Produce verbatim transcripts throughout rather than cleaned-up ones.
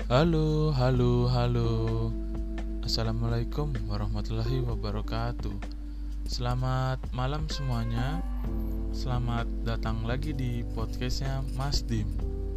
Halo, halo, halo. Assalamualaikum warahmatullahi wabarakatuh. Selamat malam semuanya. Selamat datang lagi di podcastnya Mas Dim.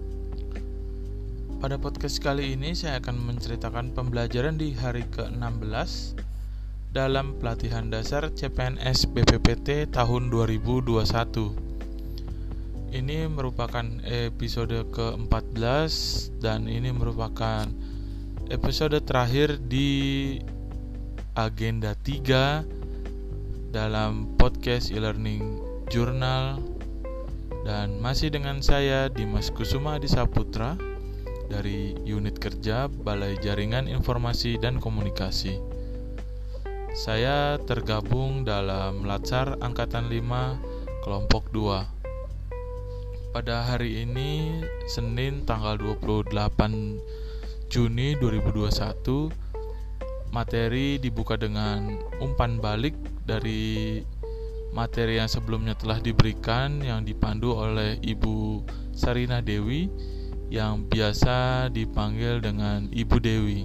Pada podcast kali ini saya akan menceritakan pembelajaran di hari ke enam belas dalam pelatihan dasar C P N S B P P T tahun dua ribu dua puluh satu. Ini merupakan episode ke empat belas dan ini merupakan episode terakhir di agenda tiga dalam podcast e-learning jurnal, dan masih dengan saya Dimas Kusuma Adisaputra dari Unit Kerja Balai Jaringan Informasi dan Komunikasi. Saya tergabung dalam Latsar Angkatan lima Kelompok dua. Pada hari ini, Senin tanggal dua puluh delapan Juni dua ribu dua puluh satu, materi dibuka dengan umpan balik dari materi yang sebelumnya telah diberikan, yang dipandu oleh Ibu Sarina Dewi yang biasa dipanggil dengan Ibu Dewi.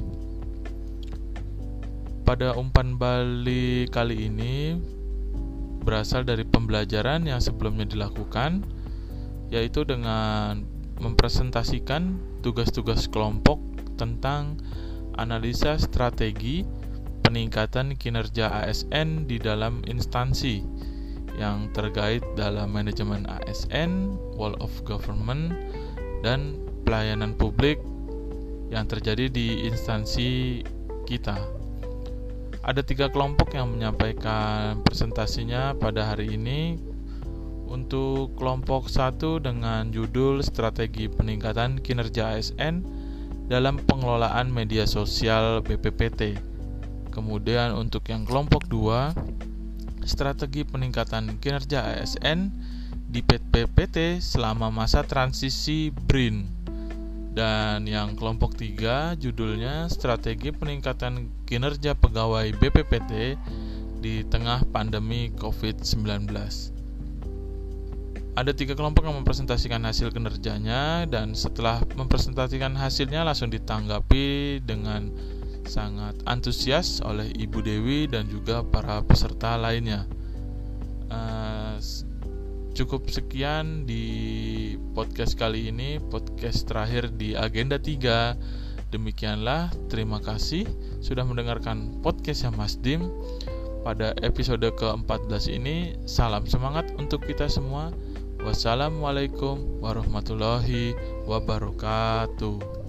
Pada umpan balik kali ini berasal dari pembelajaran yang sebelumnya dilakukan, yaitu dengan mempresentasikan tugas-tugas kelompok tentang analisa strategi peningkatan kinerja A S N di dalam instansi yang terkait dalam manajemen A S N, Wall of Government, dan pelayanan publik yang terjadi di instansi kita. Ada tiga kelompok yang menyampaikan presentasinya pada hari ini. Untuk kelompok satu dengan judul Strategi Peningkatan Kinerja A S N dalam Pengelolaan Media Sosial B P P T. Kemudian untuk yang kelompok dua, Strategi Peningkatan Kinerja A S N di B P P T selama masa transisi B R I N. Dan yang kelompok tiga judulnya Strategi Peningkatan Kinerja Pegawai B P P T di tengah pandemi covid sembilan belas. Ada tiga kelompok yang mempresentasikan hasil kinerjanya, dan setelah mempresentasikan hasilnya langsung ditanggapi dengan sangat antusias oleh Ibu Dewi dan juga para peserta lainnya. Uh, cukup sekian di podcast kali ini, podcast terakhir di agenda tiga. Demikianlah, terima kasih sudah mendengarkan podcastnya Mas Dim. Pada episode ke empat belas ini, salam semangat untuk kita semua. Wassalamualaikum warahmatullahi wabarakatuh.